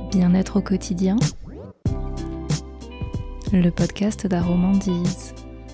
Bien-être au quotidien, le podcast d'Aromandise.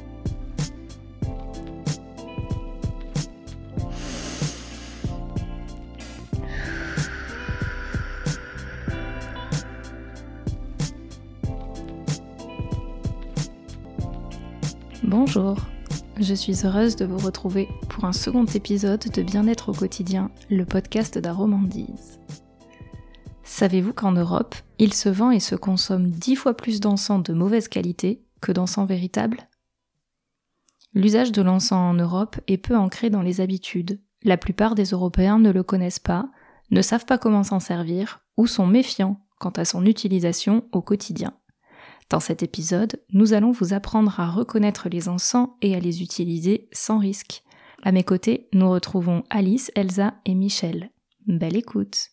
Bonjour, je suis heureuse de vous retrouver pour un second épisode de Bien-être au quotidien, le podcast d'Aromandise. Savez-vous qu'en Europe, il se vend et se consomme 10 fois plus d'encens de mauvaise qualité que d'encens véritable ? L'usage de l'encens en Europe est peu ancré dans les habitudes. La plupart des Européens ne le connaissent pas, ne savent pas comment s'en servir ou sont méfiants quant à son utilisation au quotidien. Dans cet épisode, nous allons vous apprendre à reconnaître les encens et à les utiliser sans risque. À mes côtés, nous retrouvons Alice, Elsa et Michel. Belle écoute!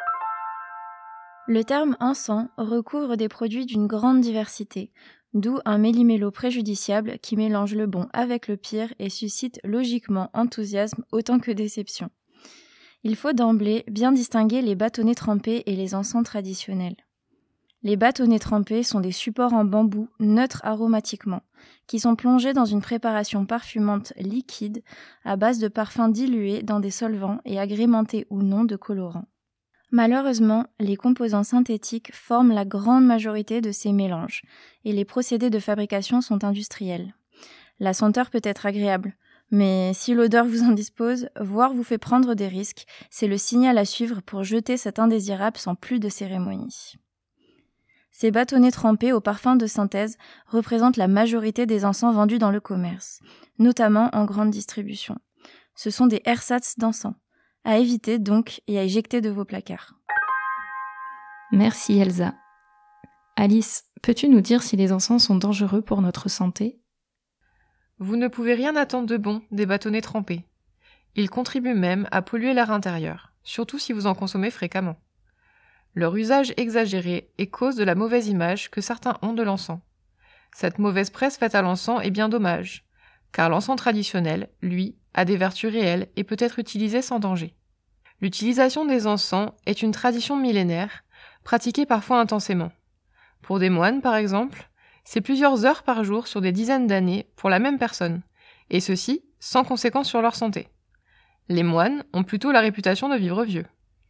Le terme encens recouvre des produits d'une grande diversité, d'où un méli-mélo préjudiciable qui mélange le bon avec le pire et suscite logiquement enthousiasme autant que déception. Il faut d'emblée bien distinguer les bâtonnets trempés et les encens traditionnels. Les bâtonnets trempés sont des supports en bambou neutres aromatiquement, qui sont plongés dans une préparation parfumante liquide à base de parfums dilués dans des solvants et agrémentés ou non de colorants. Malheureusement, les composants synthétiques forment la grande majorité de ces mélanges, et les procédés de fabrication sont industriels. La senteur peut être agréable, mais si l'odeur vous indispose, voire vous fait prendre des risques, c'est le signal à suivre pour jeter cet indésirable sans plus de cérémonie. Ces bâtonnets trempés au parfum de synthèse représentent la majorité des encens vendus dans le commerce, notamment en grande distribution. Ce sont des ersatz d'encens. À éviter donc et à éjecter de vos placards. Merci Elsa. Alice, peux-tu nous dire si les encens sont dangereux pour notre santé ? Vous ne pouvez rien attendre de bon des bâtonnets trempés. Ils contribuent même à polluer l'air intérieur, surtout si vous en consommez fréquemment. Leur usage exagéré est cause de la mauvaise image que certains ont de l'encens. Cette mauvaise presse faite à l'encens est bien dommage, car l'encens traditionnel, lui, a des vertus réelles et peut être utilisé sans danger. L'utilisation des encens est une tradition millénaire, pratiquée parfois intensément. Pour des moines, par exemple, c'est plusieurs heures par jour sur des dizaines d'années pour la même personne, et ceci sans conséquence sur leur santé. Les moines ont plutôt la réputation de vivre vieux.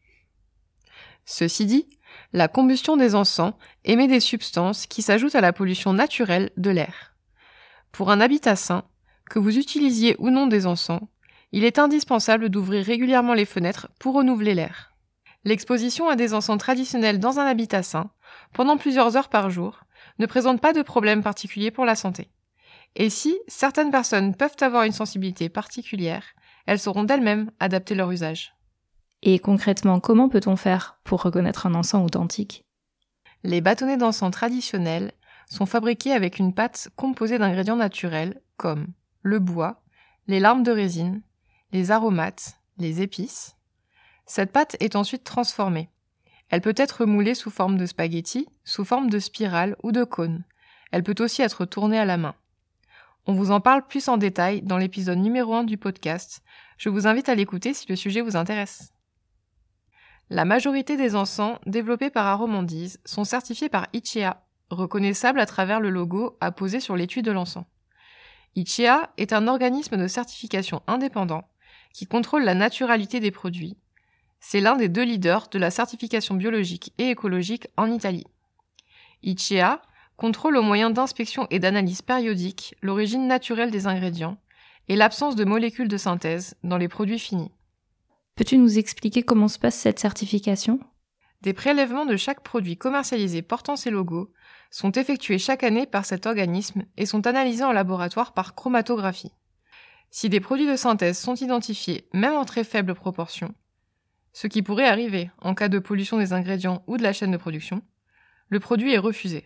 Ceci dit, la combustion des encens émet des substances qui s'ajoutent à la pollution naturelle de l'air. Pour un habitat sain, que vous utilisiez ou non des encens, il est indispensable d'ouvrir régulièrement les fenêtres pour renouveler l'air. L'exposition à des encens traditionnels dans un habitat sain, pendant plusieurs heures par jour, ne présente pas de problème particulier pour la santé. Et si certaines personnes peuvent avoir une sensibilité particulière, elles sauront d'elles-mêmes adapter leur usage. Et concrètement, comment peut-on faire pour reconnaître un encens authentique ? Les bâtonnets d'encens traditionnels sont fabriqués avec une pâte composée d'ingrédients naturels comme le bois, les larmes de résine, les aromates, les épices. Cette pâte est ensuite transformée. Elle peut être moulée sous forme de spaghettis, sous forme de spirale ou de cône. Elle peut aussi être tournée à la main. On vous en parle plus en détail dans l'épisode numéro 1 du podcast. Je vous invite à l'écouter si le sujet vous intéresse. La majorité des encens développés par Aromandise sont certifiés par ICEA, reconnaissables à travers le logo apposé sur l'étui de l'encens. ICEA est un organisme de certification indépendant qui contrôle la naturalité des produits. C'est l'un des 2 leaders de la certification biologique et écologique en Italie. ICEA contrôle au moyen d'inspection et d'analyse périodiques l'origine naturelle des ingrédients et l'absence de molécules de synthèse dans les produits finis. Peux-tu nous expliquer comment se passe cette certification ? Des prélèvements de chaque produit commercialisé portant ces logos sont effectués chaque année par cet organisme et sont analysés en laboratoire par chromatographie. Si des produits de synthèse sont identifiés, même en très faible proportion, ce qui pourrait arriver en cas de pollution des ingrédients ou de la chaîne de production, le produit est refusé.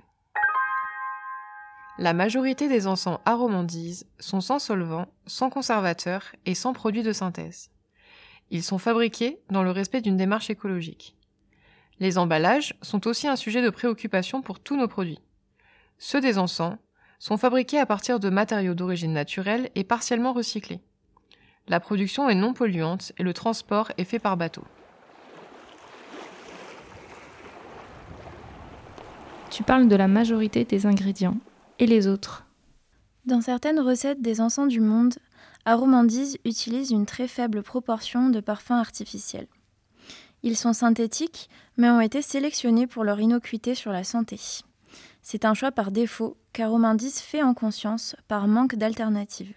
La majorité des encens Aromandise sont sans solvant, sans conservateur et sans produits de synthèse. Ils sont fabriqués dans le respect d'une démarche écologique. Les emballages sont aussi un sujet de préoccupation pour tous nos produits. Ceux des encens sont fabriqués à partir de matériaux d'origine naturelle et partiellement recyclés. La production est non polluante et le transport est fait par bateau. tu parles de la majorité des ingrédients. Et les autres ? Dans certaines recettes des encens du monde, Aromandises utilise une très faible proportion de parfums artificiels. Ils sont synthétiques, mais ont été sélectionnés pour leur innocuité sur la santé. C'est un choix par défaut qu'Aromandises fait en conscience par manque d'alternatives.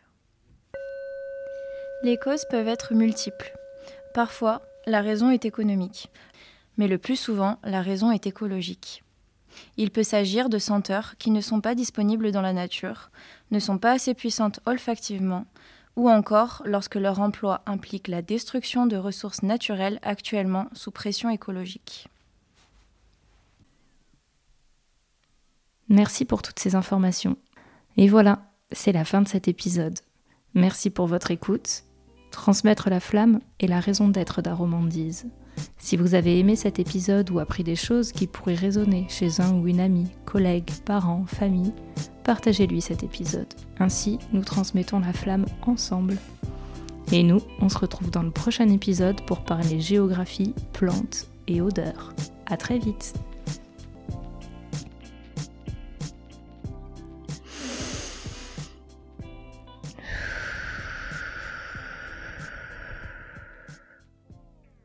Les causes peuvent être multiples. Parfois, la raison est économique, mais le plus souvent, la raison est écologique. Il peut s'agir de senteurs qui ne sont pas disponibles dans la nature, ne sont pas assez puissantes olfactivement, ou encore lorsque leur emploi implique la destruction de ressources naturelles actuellement sous pression écologique. Merci pour toutes ces informations. Et voilà, c'est la fin de cet épisode. Merci pour votre écoute. Transmettre la flamme est la raison d'être d'Aromandises. Si vous avez aimé cet épisode ou appris des choses qui pourraient résonner chez un ou une amie, collègue, parent, famille, partagez-lui cet épisode. Ainsi, nous transmettons la flamme ensemble. Et nous, on se retrouve dans le prochain épisode pour parler géographie, plantes et odeurs. À très vite!